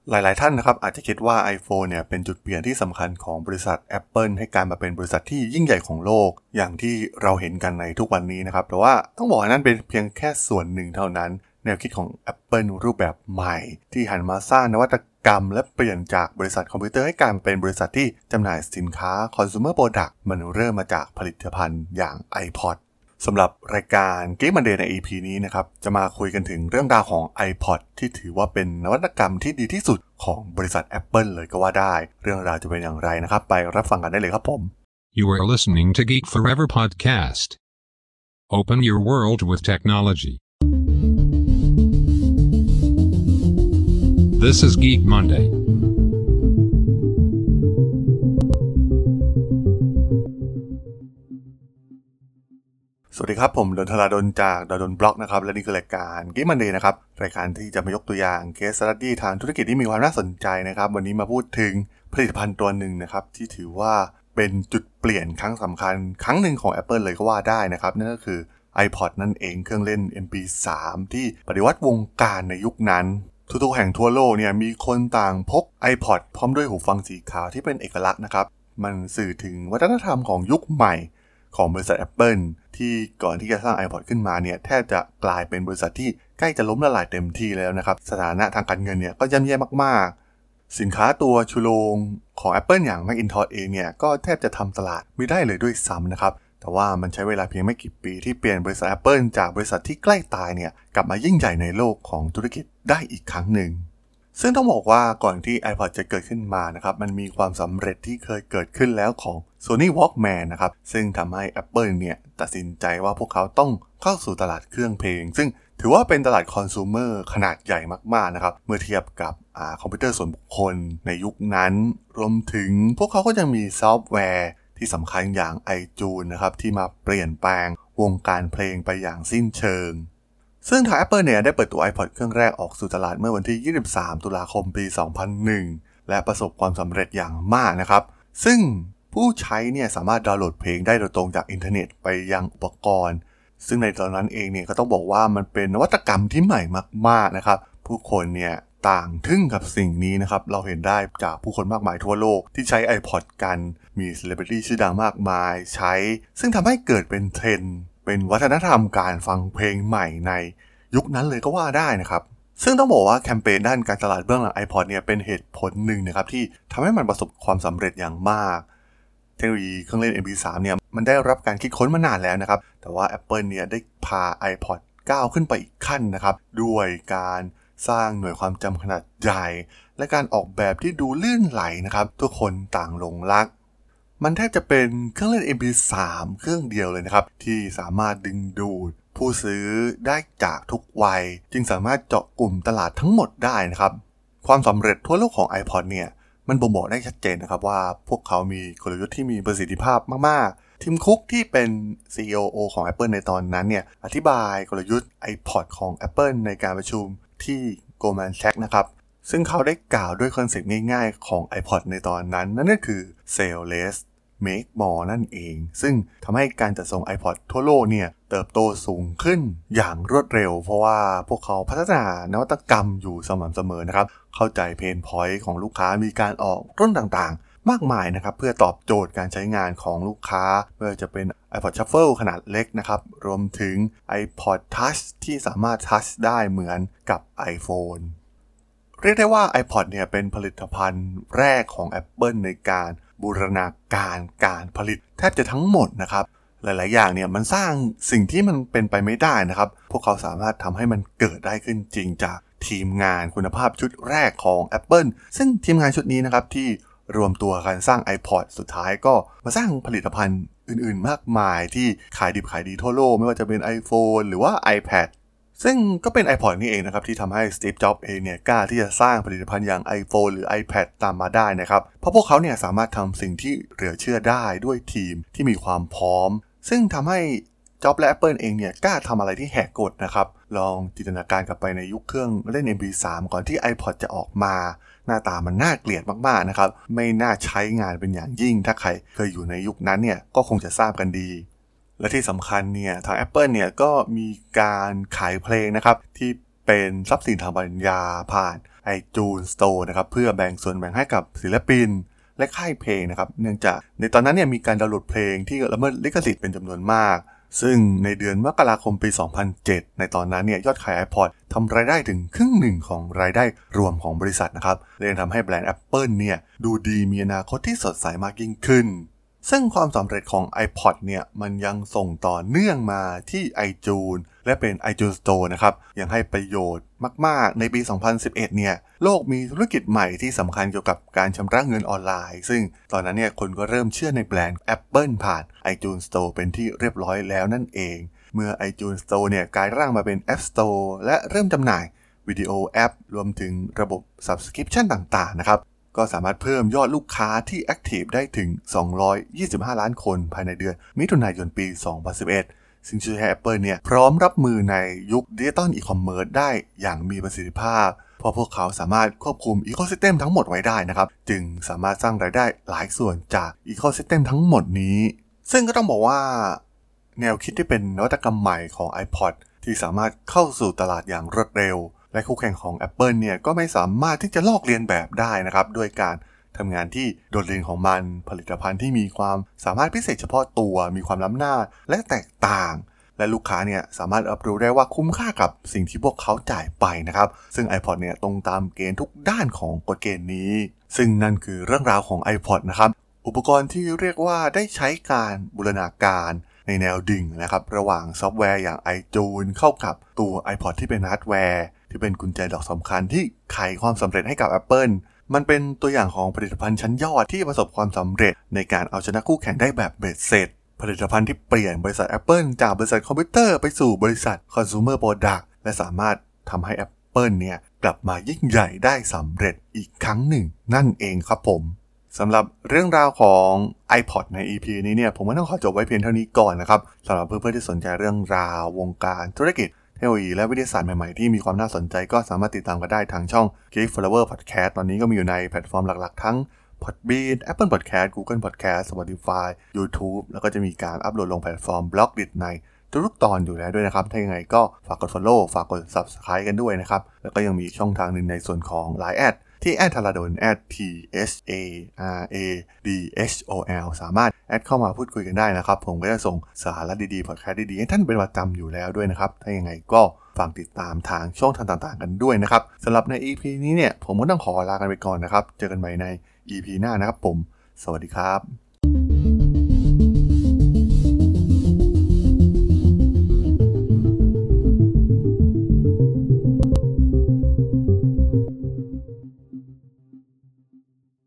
หลายๆท่านนะครับอาจจะคิดว่า iPhone เนี่ยเป็นจุดเปลี่ยนที่สำคัญของบริษัท Apple ให้การมาเป็นบริษัทที่ยิ่งใหญ่ของโลกอย่างที่เราเห็นกันในทุกวันนี้นะครับแต่ว่าต้องบอกว่านั่นเป็นเพียงแค่ส่วนหนึ่งเท่านั้นแนวคิดของ Apple รูปแบบใหม่ที่หันมาสร้างนวัตกรรมและเปลี่ยนจากบริษัทคอมพิวเตอร์ให้กลายเป็นบริษัทที่จำหน่ายสินค้า Consumer Product มันเริ่มมาจากผลิตภัณฑ์อย่าง iPodสำหรับรายการ Geek Monday ใน EP นี้นะครับจะมาคุยกันถึงเรื่องราวของ iPod ที่ถือว่าเป็นนวัตกรรมที่ดีที่สุดของบริษัท Apple เลยก็ว่าได้เรื่องราวจะเป็นอย่างไรนะครับไปรับฟังกันได้เลยครับผม You are listening to Geek Forever podcast. Open your world with technology. This is Geek Monday. สวัสดีครับผมดนทราดลจากดนบล็อกนะครับและนี่คือรายการ Geek Monday นะครับรายการที่จะมายกตัวอย่างเคสสตั๊ดดี้ทางธุรกิจที่มีความน่าสนใจนะครับวันนี้มาพูดถึงผลิตภัณฑ์ตัวหนึ่งนะครับที่ถือว่าเป็นจุดเปลี่ยนครั้งสำคัญครั้งหนึ่งของ Apple เลยก็ว่าได้นะครับนั่นก็คือ iPod นั่นเองเครื่องเล่น MP3 ที่ปฏิวัติวงการในยุคนั้นทุกๆแห่งทั่วโลกเนี่ยมีคนต่างพก iPod พร้อมด้วยหูฟังสีขาวที่เป็นเอกลักษณ์นะครับมันสื่อถึงวัฒนธรรมของยุคใหม่ของบริษัท Apple ที่ก่อนที่จะสร้าง iPod ขึ้นมาเนี่ยแทบจะกลายเป็นบริษัทที่ใกล้จะล้มละลายเต็มที่แล้วนะครับสถานะทางการเงินเนี่ยก็ย่ำแย่มากๆสินค้าตัวชูโรงของ Apple อย่าง Macintosh เองเนี่ยก็แทบจะทำตลาดไม่ได้เลยด้วยซ้ำนะครับแต่ว่ามันใช้เวลาเพียงไม่กี่ปีที่เปลี่ยนบริษัท Apple จากบริษัทที่ใกล้ตายเนี่ยกลับมายิ่งใหญ่ในโลกของธุรกิจได้อีกครั้งหนึ่งซึ่งต้องบอกว่าก่อนที่ iPod จะเกิดขึ้นมานะครับมันมีความสำเร็จที่เคยเกิดขึ้นแล้วของ Sony Walkman นะครับซึ่งทำให้ Apple เนี่ยตัดสินใจว่าพวกเขาต้องเข้าสู่ตลาดเครื่องเพลงซึ่งถือว่าเป็นตลาดคอน sumer ขนาดใหญ่มากๆนะครับเมื่อเทียบกับคอมพิวเตอร์ส่วนบุคคลในยุคนั้นรวมถึงพวกเขาก็ยังมีซอฟต์แวร์ที่สำคัญอย่าง iTunes นะครับที่มาเปลี่ยนแปลงวงการเพลงไปอย่างสิ้นเชิงซึ่งทาง Apple เนี่ยได้เปิดตัว iPod เครื่องแรกออกสู่ตลาดเมื่อวันที่23ตุลาคมปี2001และประสบความสำเร็จอย่างมากนะครับซึ่งผู้ใช้เนี่ยสามารถดาวน์โหลดเพลงได้โดยตรงจากอินเทอร์เน็ตไปยังอุปกรณ์ซึ่งในตอนนั้นเองเนี่ยก็ต้องบอกว่ามันเป็นนวัตกรรมที่ใหม่มากๆนะครับผู้คนเนี่ยต่างทึ่งกับสิ่งนี้นะครับเราเห็นได้จากผู้คนมากมายทั่วโลกที่ใช้ iPod กันมีเซเลบริตี้ชื่อดังมากมายใช้ซึ่งทำให้เกิดเป็นเทรนด์เป็นวัฒนธรรมการฟังเพลงใหม่ในยุคนั้นเลยก็ว่าได้นะครับซึ่งต้องบอกว่าแคมเปญด้านการตลาดเบื้องหลัง iPod เนี่ยเป็นเหตุผลหนึ่งนะครับที่ทำให้มันประสบความสำเร็จอย่างมากเทคโนโลยีเครื่องเล่น MP3 เนี่ยมันได้รับการคิดค้นมานานแล้วนะครับแต่ว่า Apple เนี่ยได้พา iPod ก้าวขึ้นไปอีกขั้นนะครับด้วยการสร้างหน่วยความจำขนาดใหญ่และการออกแบบที่ดูลื่นไหลนะครับทุกคนต่างหลงรักมันแทบจะเป็นเครื่องเล่น MP3 เครื่องเดียวเลยนะครับที่สามารถดึงดูดผู้ซื้อได้จากทุกวัยจึงสามารถเจาะกลุ่มตลาดทั้งหมดได้นะครับความสำเร็จทั่วโลกของ iPod เนี่ยมันบ่งบอกได้ชัดเจนนะครับว่าพวกเขามีกลยุทธ์ที่มีประสิทธิภาพมากๆทิมคุกที่เป็น CEO ของ Apple ในตอนนั้นเนี่ยอธิบายกลยุทธ์ iPod ของ Apple ในการประชุมที่ Goldman Sachs นะครับซึ่งเขาได้กล่าวด้วยคอนเซ็ปต์ง่ายๆของ iPod ในตอนนั้นนั่นก็คือ Sell less Make more นั่นเองซึ่งทำให้การจัดส่ง iPod ทั่วโลกเนี่ยเติบโตสูงขึ้นอย่างรวดเร็วเพราะว่าพวกเขาพัฒนานวัตกรรมอยู่สม่ำเสมอนะครับเข้าใจเพนพอยต์ของลูกค้ามีการออกรุ่นต่างๆมากมายนะครับเพื่อตอบโจทย์การใช้งานของลูกค้าไม่ว่าจะเป็น iPod Shuffle ขนาดเล็กนะครับรวมถึง iPod Touch ที่สามารถ Touch ได้เหมือนกับ iPhone เรียกได้ว่า iPod เนี่ยเป็นผลิตภัณฑ์แรกของ Apple ในการบูรณาการผลิตแทบจะทั้งหมดนะครับหลายๆอย่างเนี่ยมันสร้างสิ่งที่มันเป็นไปไม่ได้นะครับพวกเขาสามารถทำให้มันเกิดได้ขึ้นจริงจากทีมงานคุณภาพชุดแรกของ Apple ซึ่งทีมงานชุดนี้นะครับที่รวมตัวกันสร้าง iPod สุดท้ายก็มาสร้างผลิตภัณฑ์อื่นๆมากมายที่ขายดิบขายดีทั่วโลกไม่ว่าจะเป็น iPhone หรือว่า iPadซึ่งก็เป็น iPod นี่เองนะครับที่ทำให้ Steve Jobs เองเนี่ยกล้าที่จะสร้างผลิตภัณฑ์อย่าง iPhone หรือ iPad ตามมาได้นะครับเพราะพวกเขาเนี่ยสามารถทำสิ่งที่เหลือเชื่อได้ด้วยทีมที่มีความพร้อมซึ่งทำให้ Jobs และ Apple เองเนี่ยกล้าทำอะไรที่แหกกฎนะครับลองจินตนาการกลับไปในยุคเครื่องเล่น MP3 ก่อนที่ iPod จะออกมาหน้าตามันน่าเกลียดมากๆนะครับไม่น่าใช้งานเป็นอย่างยิ่งถ้าใครเคยอยู่ในยุคนั้นเนี่ยก็คงจะทราบกันดีและที่สำคัญเนี่ยทาง Apple เนี่ยก็มีการขายเพลงนะครับที่เป็นทรัพย์สินทางปัญญาผ่าน iTunes Store นะครับเพื่อแบ่งส่วนแบ่งให้กับศิลปินและค่ายเพลงนะครับเนื่องจากในตอนนั้นเนี่ยมีการดาวน์โหลดเพลงที่ละเมิดลิขสิทธิ์เป็นจำนวนมากซึ่งในเดือนมกราคมปี 2007 ในตอนนั้นเนี่ยยอดขาย iPod ทำรายได้ถึงครึ่งหนึ่งของรายได้รวมของบริษัทนะครับเลยทำให้แบรนด์ Apple เนี่ยดูดีมีอนาคตที่สดใสมากยิ่งขึ้นซึ่งความสำเร็จของ iPod เนี่ยมันยังส่งต่อเนื่องมาที่ iTunes และเป็น iTunes Store นะครับยังให้ประโยชน์มากๆในปี 2011 เนี่ยโลกมีธุรกิจใหม่ที่สำคัญเกี่ยวกับการชำระเงินออนไลน์ซึ่งตอนนั้นเนี่ยคนก็เริ่มเชื่อในแบรนด์ Apple ผ่าน iTunes Store เป็นที่เรียบร้อยแล้วนั่นเองเมื่อ iTunes Store เนี่ยกลายร่างมาเป็น App Store และเริ่มจำหน่ายวิดีโอแอปรวมถึงระบบ Subscription ต่างๆนะครับก็สามารถเพิ่มยอดลูกค้าที่ Active ได้ถึง225ล้านคนภายในเดือนมิถุนายนปี 2011 ซึ่งช่วยให้ Apple เนี่ยพร้อมรับมือในยุค Digital E-commerce ได้อย่างมีประสิทธิภาพเพราะพวกเขาสามารถควบคุม Ecosystem ทั้งหมดไว้ได้นะครับจึงสามารถสร้างรายได้หลายส่วนจาก Ecosystem ทั้งหมดนี้ซึ่งก็ต้องบอกว่าแนวคิดที่เป็นนวัตกรรมใหม่ของ iPod ที่สามารถเข้าสู่ตลาดอย่างรวดเร็วและคู่แข่งของ Apple เนี่ยก็ไม่สามารถที่จะลอกเลียนแบบได้นะครับด้วยการทำงานที่โดดเด่นของมันผลิตภัณฑ์ที่มีความสามารถพิเศษเฉพาะตัวมีความล้ำหน้าและแตกต่างและลูกค้าเนี่ยสามารถรับรู้ได้ว่าคุ้มค่ากับสิ่งที่พวกเขาจ่ายไปนะครับซึ่ง iPod เนี่ยตรงตามเกณฑ์ทุกด้านของกฎเกณฑ์นี้ซึ่งนั่นคือเรื่องราวของ iPod นะครับอุปกรณ์ที่เรียกว่าได้ใช้การบูรณาการในแนวดิ่งนะครับระหว่างซอฟต์แวร์อย่าง iTunes เข้ากับตัว iPod ที่เป็นฮาร์ดแวร์ที่เป็นกุญแจดอกสำคัญที่ไขความสำเร็จให้กับ Apple มันเป็นตัวอย่างของผลิตภัณฑ์ชั้นยอดที่ประสบความสำเร็จในการเอาชนะคู่แข่งได้แบบเบ็ดเสร็จผลิตภัณฑ์ที่เปลี่ยนบริษัท Apple จากบริษัทคอมพิวเตอร์ไปสู่บริษัท Consumer Product และสามารถทำให้ Apple เนี่ยกลับมายิ่งใหญ่ได้สำเร็จอีกครั้งหนึ่งนั่นเองครับผมสำหรับเรื่องราวของ iPod ใน EP นี้เนี่ยผมก็ต้องขอจบไว้เพียงเท่านี้ก่อนนะครับสำหรับเพื่อนๆที่สนใจเรื่องราววงการธุรกิจเทคโนโลยีและวิทยาศาสตร์ใหม่ๆที่มีความน่าสนใจก็สามารถติดตามกันได้ทางช่อง Geek Flower Podcast ตอนนี้ก็มีอยู่ในแพลตฟอร์มหลักๆทั้ง Podbean Apple Podcast Google Podcast Spotify YouTube แล้วก็จะมีการอัปโหลดลงแพลตฟอร์ม Blogdit ในทุกๆตอนอยู่แล้วด้วยนะครับถ้ายังไงก็ฝากกด follow ฝากกด subscribe กันด้วยนะครับแล้วก็ยังมีช่องทางหนึ่งในส่วนของ Line แอดที่@thradol @thradol สามารถแอดเข้ามาพูดคุยกันได้นะครับผมก็จะส่งสาระดีๆพอดแคสต์ดีๆให้ท่านเป็นประจำอยู่แล้วด้วยนะครับถ้ายังไงก็ฝากติดตามทางช่องทางต่างๆกันด้วยนะครับสำหรับใน EP นี้เนี่ยผมก็ต้องขอลากันไปก่อนนะครับเจอกันใหม่ใน EP หน้านะครับผมสวัสดีครับ